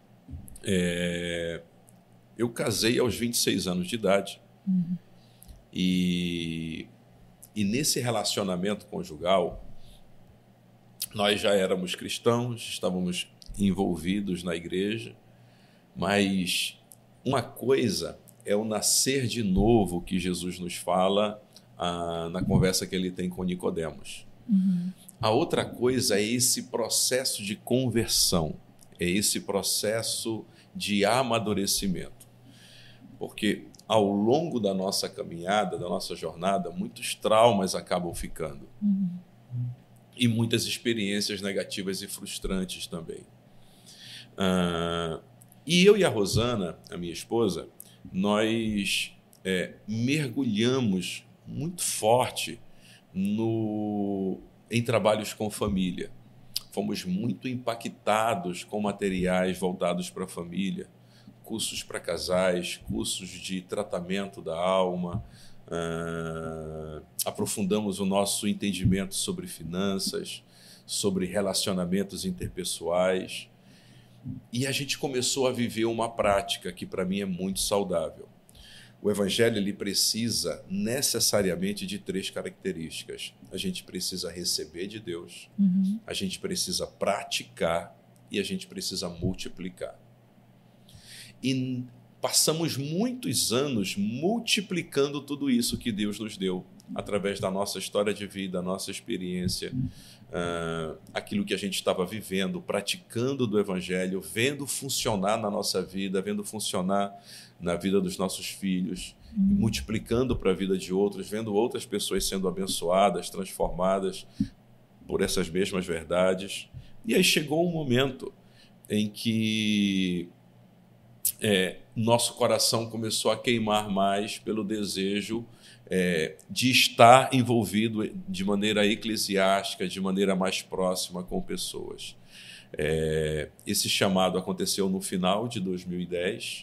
É... Eu casei aos vinte e seis anos de idade. Uhum. E, e nesse relacionamento conjugal, nós já éramos cristãos, estávamos envolvidos na igreja, mas uma coisa é o nascer de novo que Jesus nos fala ah, na conversa que ele tem com Nicodemos. Uhum. A outra coisa é esse processo de conversão, é esse processo de amadurecimento. Porque ao longo da nossa caminhada, da nossa jornada, muitos traumas acabam ficando. Uhum. E muitas experiências negativas e frustrantes também. Ah, e eu e a Rosana, a minha esposa, nós é, mergulhamos muito forte no, em trabalhos com família. Fomos muito impactados com materiais voltados para a família, cursos para casais, cursos de tratamento da alma, uh, aprofundamos o nosso entendimento sobre finanças, sobre relacionamentos interpessoais, e a gente começou a viver uma prática que para mim é muito saudável. O evangelho ele precisa necessariamente de três características. A gente precisa receber de Deus, uhum. a gente precisa praticar e a gente precisa multiplicar. E passamos muitos anos multiplicando tudo isso que Deus nos deu, através da nossa história de vida, nossa experiência, uh, aquilo que a gente estava vivendo, praticando do Evangelho, vendo funcionar na nossa vida, vendo funcionar na vida dos nossos filhos, uhum. multiplicando para a vida de outros, vendo outras pessoas sendo abençoadas, transformadas por essas mesmas verdades. E aí chegou um momento em que é, nosso coração começou a queimar mais pelo desejo é, de estar envolvido de maneira eclesiástica, de maneira mais próxima com pessoas. É, esse chamado aconteceu no final de dois mil e dez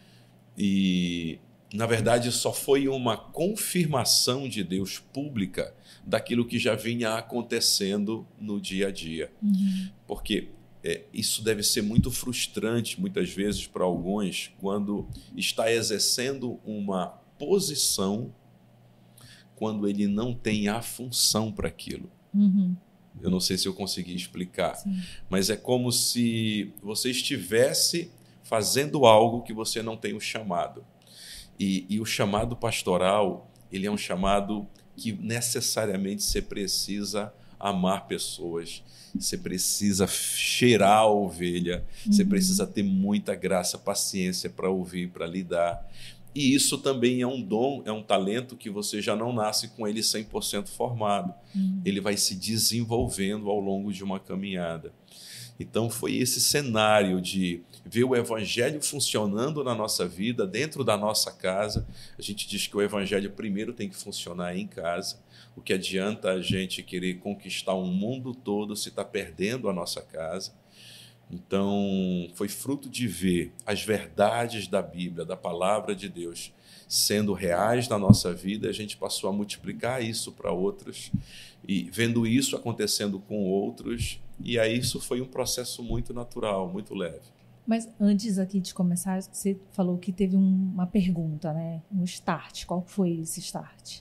e, na verdade, só foi uma confirmação de Deus pública daquilo que já vinha acontecendo no dia a dia. Uhum. Porque É, isso deve ser muito frustrante, muitas vezes, para alguns, quando está exercendo uma posição quando ele não tem a função para aquilo. Uhum. Eu não sei se eu consegui explicar, Sim. mas é como se você estivesse fazendo algo que você não tem o chamado. E, e o chamado pastoral, ele é um chamado que necessariamente você precisa amar pessoas, você precisa cheirar a ovelha, uhum. você precisa ter muita graça, paciência para ouvir, para lidar. E isso também é um dom, é um talento que você já não nasce com ele cem por cento formado. Uhum. Ele vai se desenvolvendo ao longo de uma caminhada. Então foi esse cenário de ver o Evangelho funcionando na nossa vida, dentro da nossa casa. A gente diz que o Evangelho primeiro tem que funcionar em casa. O que adianta a gente querer conquistar um mundo todo se está perdendo a nossa casa? Então, foi fruto de ver as verdades da Bíblia, da Palavra de Deus, sendo reais na nossa vida, a gente passou a multiplicar isso para outros, e vendo isso acontecendo com outros, e aí isso foi um processo muito natural, muito leve. Mas antes aqui de começar, você falou que teve um, uma pergunta, né? Um start. Qual foi esse start?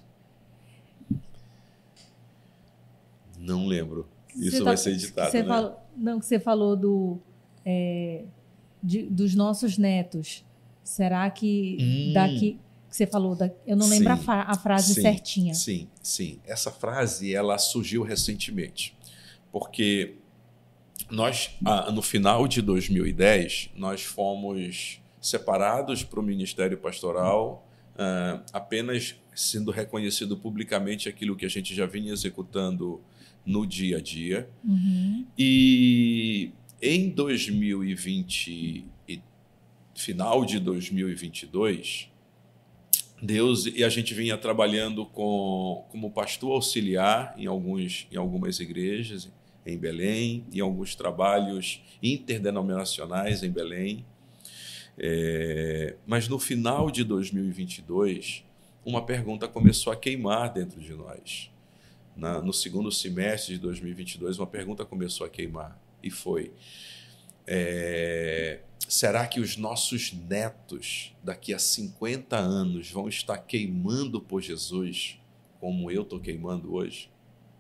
Não lembro. Isso tá, vai ser editado, você né? Falou, não, que você falou do, é, de, dos nossos netos. Será que hum, daqui... Que você falou, da, eu não lembro sim, a, a frase sim, certinha. Sim, sim. Essa frase, ela surgiu recentemente. Porque nós, no final de dois mil e dez, nós fomos separados para o Ministério Pastoral, uh, apenas sendo reconhecido publicamente aquilo que a gente já vinha executando no dia a dia. Uhum. E em dois mil e vinte, final de dois mil e vinte e dois, Deus e a gente vinha trabalhando com, como pastor auxiliar em, alguns, em algumas igrejas em Belém, em alguns trabalhos interdenominacionais em Belém. É, mas no final de dois mil e vinte e dois, uma pergunta começou a queimar dentro de nós. Na, no segundo semestre de dois mil e vinte e dois, uma pergunta começou a queimar, e foi: é, será que os nossos netos, daqui a cinquenta anos, vão estar queimando por Jesus como eu estou queimando hoje?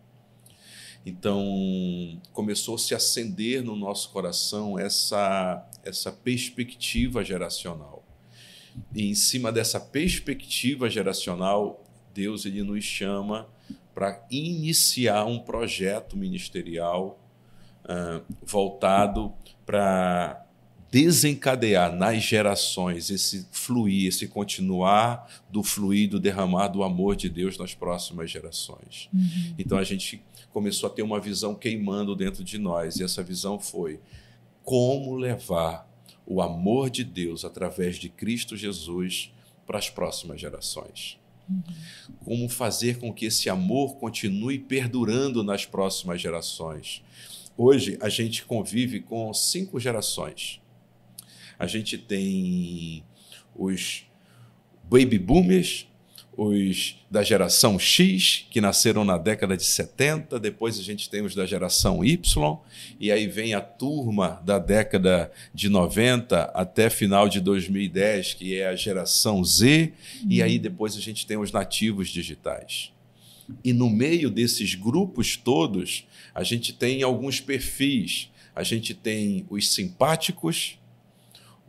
Então, começou a se acender no nosso coração essa, essa perspectiva geracional. E em cima dessa perspectiva geracional, Deus ele nos chama para iniciar um projeto ministerial uh, voltado para desencadear nas gerações esse fluir, esse continuar do fluir, do derramar do amor de Deus nas próximas gerações. Uhum. Então a gente começou a ter uma visão queimando dentro de nós, e essa visão foi como levar o amor de Deus através de Cristo Jesus para as próximas gerações. Uhum. Como fazer com que esse amor continue perdurando nas próximas gerações. Hoje a gente convive com cinco gerações. A gente tem os baby boomers, os da geração X, que nasceram na década de setenta, depois a gente tem os da geração Y, e aí vem a turma da década de noventa até final de dois mil e dez, que é a geração Z, uhum. e aí depois a gente tem os nativos digitais. E no meio desses grupos todos, a gente tem alguns perfis. A gente tem os simpáticos,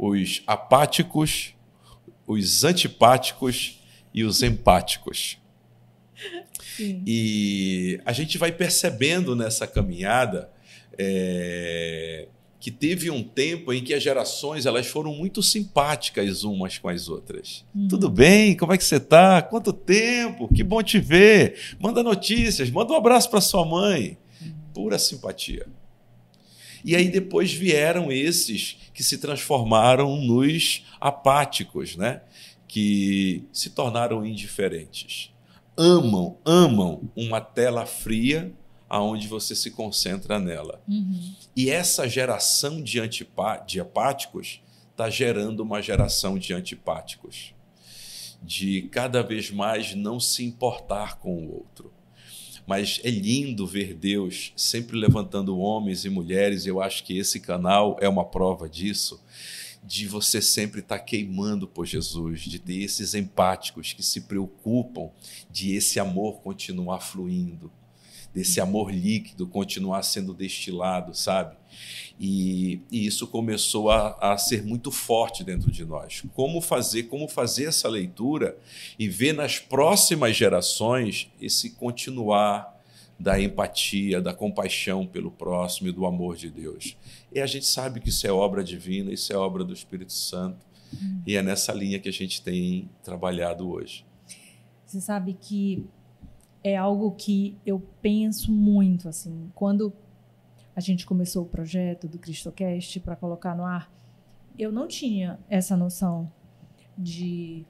os apáticos, os antipáticos e os empáticos. Sim. E a gente vai percebendo nessa caminhada é, que teve um tempo em que as gerações elas foram muito simpáticas umas com as outras. Hum. Tudo bem? Como é que você está? Quanto tempo? Que bom te ver. Manda notícias, manda um abraço para sua mãe. Hum. Pura simpatia. E aí depois vieram esses que se transformaram nos apáticos, né? Que se tornaram indiferentes. Amam, amam uma tela fria aonde você se concentra nela. Uhum. E essa geração de, antipá de apáticos está gerando uma geração de antipáticos, de cada vez mais não se importar com o outro. Mas é lindo ver Deus sempre levantando homens e mulheres, eu acho que esse canal é uma prova disso, de você sempre estar queimando por Jesus, de ter esses empáticos que se preocupam de esse amor continuar fluindo, desse amor líquido continuar sendo destilado, sabe? E, e isso começou a, a ser muito forte dentro de nós. Como fazer, como fazer essa leitura e ver nas próximas gerações esse continuar da empatia, da compaixão pelo próximo e do amor de Deus. E a gente sabe que isso é obra divina, isso é obra do Espírito Santo, hum. e é nessa linha que a gente tem trabalhado hoje. Você sabe que é algo que eu penso muito, assim, quando a gente começou o projeto do CristoCast para colocar no ar, eu não tinha essa noção de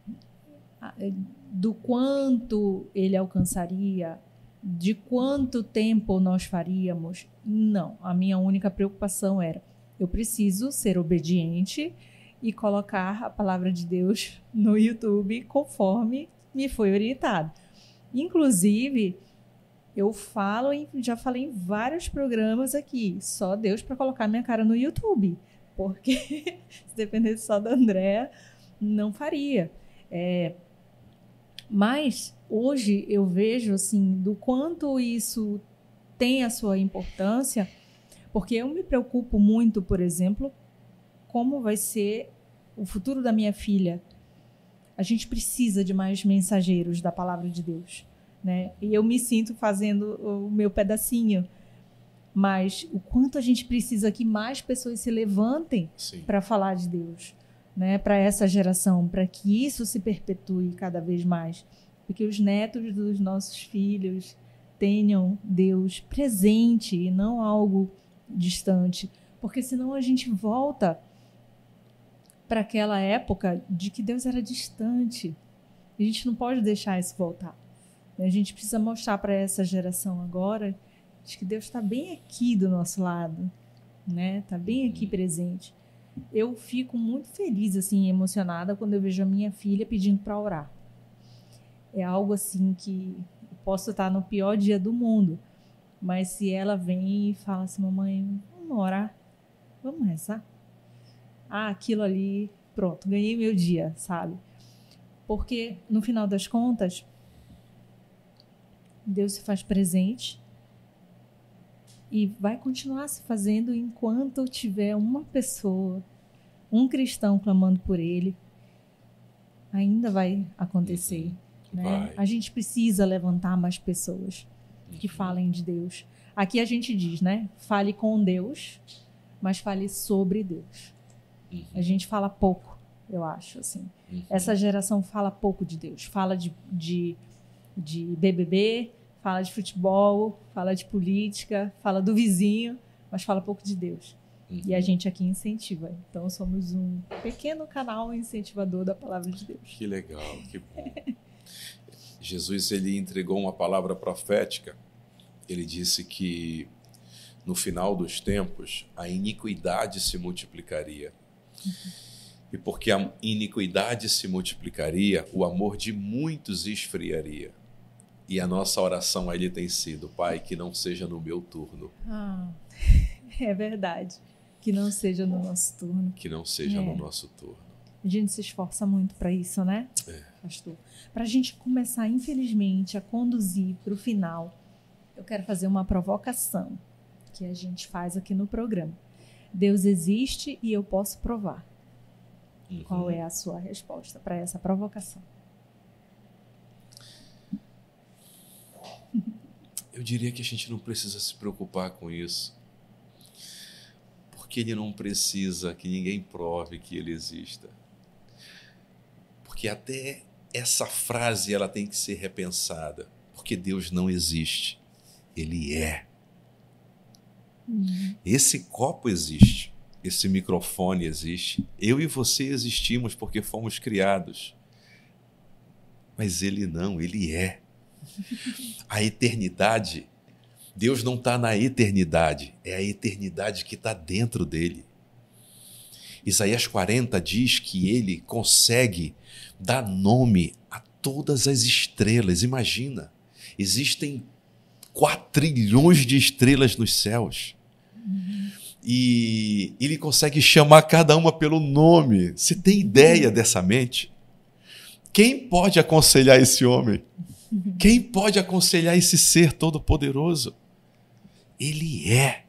do quanto ele alcançaria, de quanto tempo nós faríamos. Não, a minha única preocupação era, eu preciso ser obediente e colocar a palavra de Deus no YouTube conforme me foi orientado. Inclusive, eu falo, em, já falei em vários programas aqui, só Deus para colocar minha cara no YouTube, porque se dependesse só da Andréa, não faria. É, mas hoje eu vejo assim, do quanto isso tem a sua importância, porque eu me preocupo muito, por exemplo, como vai ser o futuro da minha filha. A gente precisa de mais mensageiros da palavra de Deus, né? E eu me sinto fazendo o meu pedacinho, mas o quanto a gente precisa que mais pessoas se levantem para falar de Deus, né? Para essa geração, para que isso se perpetue cada vez mais, porque os netos dos nossos filhos tenham Deus presente e não algo distante, porque senão a gente volta para aquela época de que Deus era distante. A gente não pode deixar isso voltar. A gente precisa mostrar para essa geração agora de que Deus está bem aqui do nosso lado, né? Está bem aqui presente. Eu fico muito feliz, assim, emocionada quando eu vejo a minha filha pedindo para orar. É algo assim que eu posso estar no pior dia do mundo, mas se ela vem e fala assim, mamãe, vamos orar, vamos rezar. Ah, aquilo ali, pronto, ganhei meu dia, sabe? Porque, no final das contas, Deus se faz presente e vai continuar se fazendo enquanto tiver uma pessoa, um cristão clamando por ele, ainda vai acontecer. Né? Vai. A gente precisa levantar mais pessoas que falem de Deus. Aqui a gente diz, né? Fale com Deus, mas fale sobre Deus. Uhum. A gente fala pouco, eu acho, assim. Uhum. Essa geração fala pouco de Deus. Fala de, de, de B B B, fala de futebol, fala de política, fala do vizinho, mas fala pouco de Deus. Uhum. E a gente aqui incentiva. Então, somos um pequeno canal incentivador da palavra de Deus. Que legal, que bom. Jesus, ele entregou uma palavra profética. Ele disse que, no final dos tempos, a iniquidade se multiplicaria. Uhum. E porque a iniquidade se multiplicaria, o amor de muitos esfriaria. E a nossa oração a ele tem sido, Pai, que não seja no meu turno. Ah, é verdade. Que não seja no nosso turno. Que não seja é. no nosso turno. A gente se esforça muito para isso, né, é. pastor? Para a gente começar, infelizmente, a conduzir para o final, eu quero fazer uma provocação que a gente faz aqui no programa. Deus existe e eu posso provar. Uhum. Qual é a sua resposta para essa provocação? Eu diria que a gente não precisa se preocupar com isso. Porque ele não precisa que ninguém prove que ele exista. Porque até essa frase ela tem que ser repensada. Porque Deus não existe. Ele é. Uhum. Esse copo existe. Esse microfone existe. Eu e você existimos porque fomos criados. Mas ele não, ele é. A eternidade, Deus não está na eternidade, é a eternidade que está dentro dele. Isaías quarenta diz que ele consegue dar nome a todas as estrelas. Imagina, existem quatrilhões de estrelas nos céus. Uhum. E ele consegue chamar cada uma pelo nome. Você tem ideia dessa mente? Quem pode aconselhar esse homem? Quem pode aconselhar esse ser todo-poderoso? Ele é.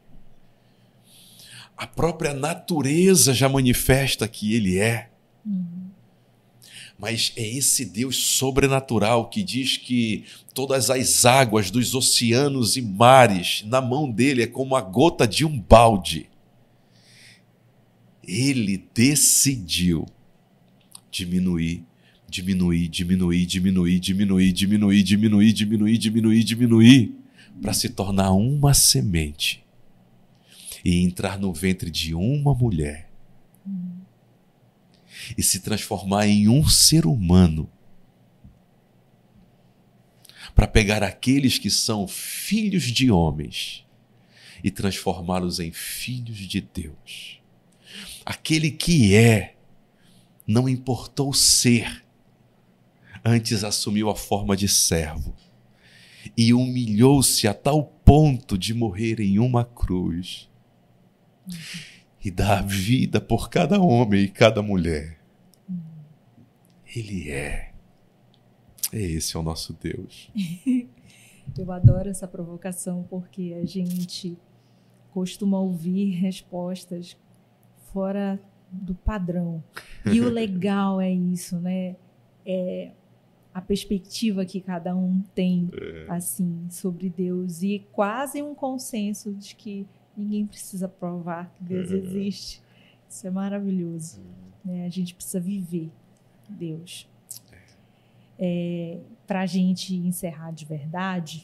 A própria natureza já manifesta que ele é. Uhum. Mas é esse Deus sobrenatural que diz que todas as águas dos oceanos e mares na mão dele é como a gota de um balde. Ele decidiu diminuir, diminuir, diminuir, diminuir, diminuir, diminuir, diminuir, diminuir, diminuir, diminuir, para se tornar uma semente e entrar no ventre de uma mulher e se transformar em um ser humano para pegar aqueles que são filhos de homens e transformá-los em filhos de Deus. Aquele que é, não importou ser, antes assumiu a forma de servo e humilhou-se a tal ponto de morrer em uma cruz e dar a vida por cada homem e cada mulher. Ele é. Esse é o nosso Deus. Eu adoro essa provocação porque a gente costuma ouvir respostas fora do padrão. E o legal é isso, né? É a perspectiva que cada um tem é. assim, sobre Deus e quase um consenso de que ninguém precisa provar que Deus é. existe. Isso é maravilhoso. Né? A gente precisa viver Deus. É, para a gente encerrar de verdade,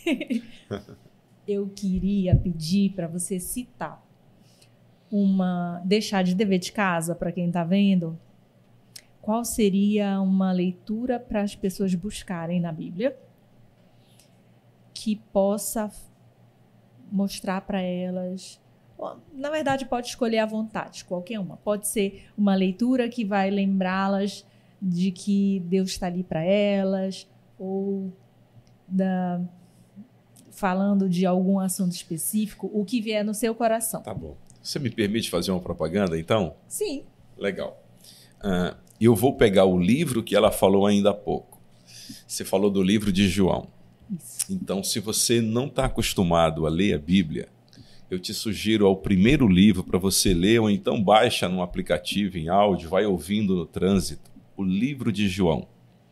eu queria pedir para você citar uma, deixar de dever de casa para quem está vendo, qual seria uma leitura para as pessoas buscarem na Bíblia que possa mostrar para elas, na verdade pode escolher à vontade, qualquer uma, pode ser uma leitura que vai lembrá-las de que Deus está ali para elas, ou da, falando de algum assunto específico, o que vier no seu coração. Tá bom. Você me permite fazer uma propaganda, então? Sim. Legal. Uh, eu vou pegar o livro que ela falou ainda há pouco. Você falou do livro de João. Isso. Então, se você não está acostumado a ler a Bíblia, eu te sugiro ao primeiro livro para você ler, ou então baixa no aplicativo em áudio, vai ouvindo no trânsito, o livro de João.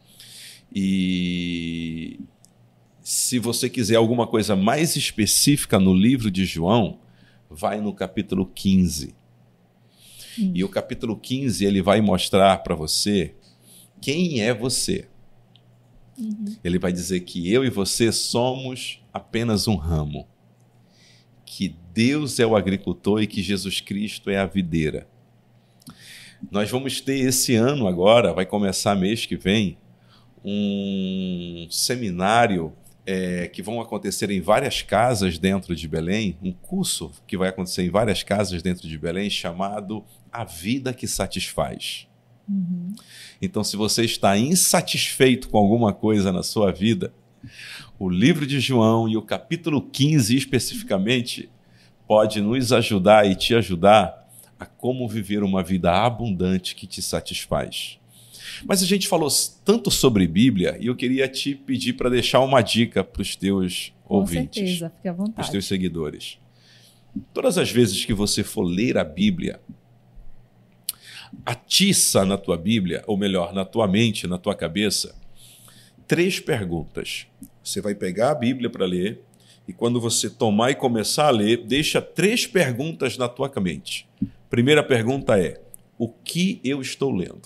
E se você quiser alguma coisa mais específica no livro de João, vai no capítulo quinze. Hum. E o capítulo quinze ele vai mostrar para você quem é você. Uhum. Ele vai dizer que eu e você somos apenas um ramo, que Deus é o agricultor e que Jesus Cristo é a videira. Nós vamos ter esse ano agora, vai começar mês que vem, um seminário é, que vão acontecer em várias casas dentro de Belém, um curso que vai acontecer em várias casas dentro de Belém, chamado A Vida que Satisfaz. Uhum. Então, se você está insatisfeito com alguma coisa na sua vida, o livro de João e o capítulo quinze especificamente pode nos ajudar e te ajudar a como viver uma vida abundante que te satisfaz. Mas a gente falou tanto sobre Bíblia e eu queria te pedir para deixar uma dica para os teus Com ouvintes, certeza, fique à vontade. para os teus seguidores. Todas as vezes que você for ler a Bíblia, atiça na tua Bíblia, ou melhor, na tua mente, na tua cabeça, três perguntas. Você vai pegar a Bíblia para ler e quando você tomar e começar a ler, deixa três perguntas na tua mente. Primeira pergunta é: o que eu estou lendo?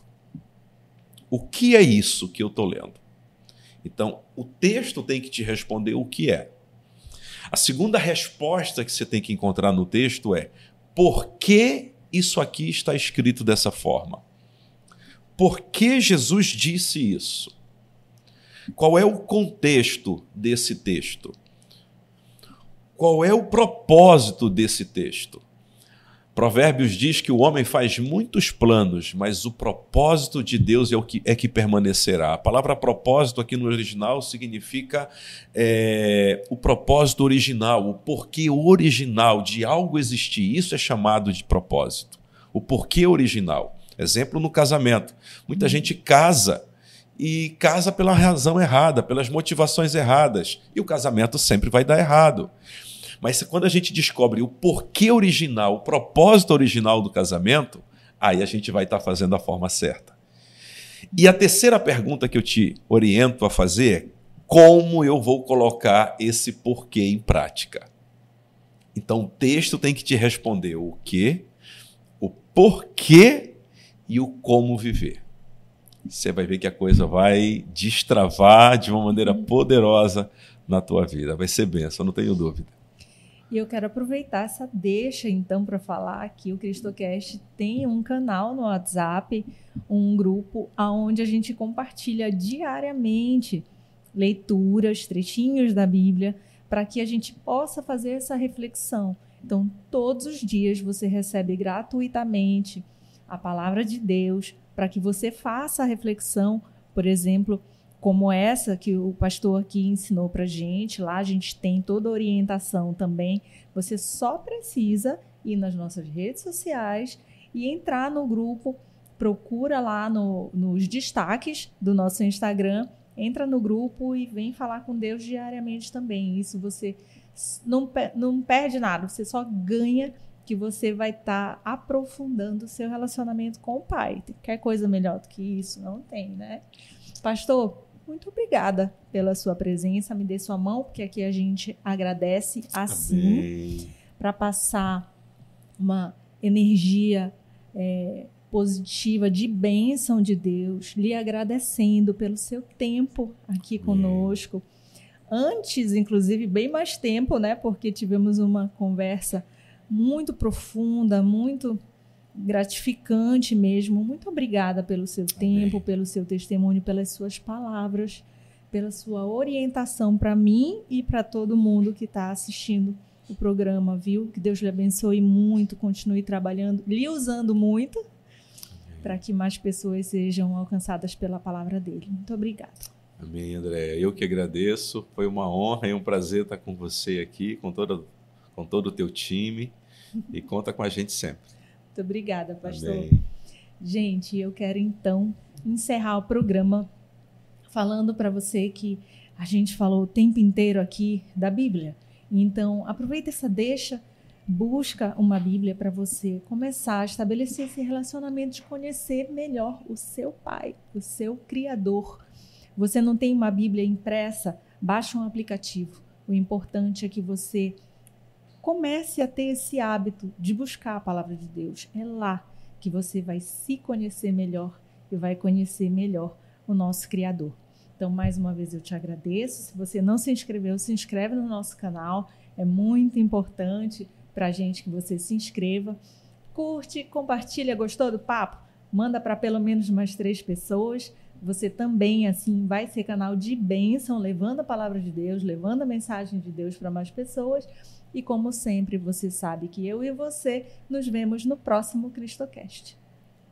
O que é isso que eu estou lendo? Então, o texto tem que te responder o que é. A segunda resposta que você tem que encontrar no texto é: por que isso aqui está escrito dessa forma? Por que Jesus disse isso? Qual é o contexto desse texto? Qual é o propósito desse texto? Provérbios diz que o homem faz muitos planos, mas o propósito de Deus é o que, é que permanecerá. A palavra propósito aqui no original significa é, o propósito original, o porquê original de algo existir. Isso é chamado de propósito. O porquê original. Exemplo no casamento. Muita gente casa e casa pela razão errada, pelas motivações erradas. E o casamento sempre vai dar errado. Mas quando a gente descobre o porquê original, o propósito original do casamento, aí a gente vai estar fazendo a forma certa. E a terceira pergunta que eu te oriento a fazer é: como eu vou colocar esse porquê em prática? Então o texto tem que te responder o quê, o porquê e o como viver. Você vai ver que a coisa vai destravar de uma maneira poderosa na tua vida. Vai ser bênção, não tenho dúvida. E eu quero aproveitar essa deixa, então, para falar que o CristoCast tem um canal no WhatsApp, um grupo onde a gente compartilha diariamente leituras, trechinhos da Bíblia, para que a gente possa fazer essa reflexão. Então, todos os dias você recebe gratuitamente a palavra de Deus, para que você faça a reflexão, por exemplo, como essa que o pastor aqui ensinou para a gente. Lá a gente tem toda a orientação também. Você só precisa ir nas nossas redes sociais e entrar no grupo. Procura lá no, nos destaques do nosso Instagram, entra no grupo e vem falar com Deus diariamente também. Isso você não, não perde nada, você só ganha, que você vai estar tá aprofundando o seu relacionamento com o Pai. Quer coisa melhor do que isso? Não tem, né? Pastor, muito obrigada pela sua presença. Me dê sua mão, porque aqui a gente agradece assim, para passar uma energia é, positiva, de bênção de Deus, lhe agradecendo pelo seu tempo aqui conosco. Antes, inclusive, bem mais tempo, né? Porque tivemos uma conversa muito profunda, muito gratificante mesmo. Muito obrigada pelo seu tempo, Amém. Pelo seu testemunho, pelas suas palavras, pela sua orientação para mim e para todo mundo que está assistindo o programa, viu? Que Deus lhe abençoe muito, continue trabalhando, lhe usando muito, para que mais pessoas sejam alcançadas pela palavra dele. Muito obrigada. Amém, André. Eu que agradeço. Foi uma honra e um prazer estar com você aqui, com todo, com todo o teu time, e conta com a gente sempre. Muito obrigada, pastor. Amém. Gente, eu quero então encerrar o programa falando para você que a gente falou o tempo inteiro aqui da Bíblia. Então, aproveita essa deixa, busca uma Bíblia para você começar a estabelecer esse relacionamento de conhecer melhor o seu Pai, o seu Criador. Você não tem uma Bíblia impressa? Baixa um aplicativo. O importante é que você comece a ter esse hábito de buscar a palavra de Deus. É lá que você vai se conhecer melhor e vai conhecer melhor o nosso Criador. Então, mais uma vez, eu te agradeço. Se você não se inscreveu, se inscreve no nosso canal. É muito importante para a gente que você se inscreva. Curte, compartilha. Gostou do papo? Manda para pelo menos mais três pessoas. Você também, assim, vai ser canal de bênção, levando a palavra de Deus, levando a mensagem de Deus para mais pessoas. E como sempre, você sabe que eu e você nos vemos no próximo CristoCast.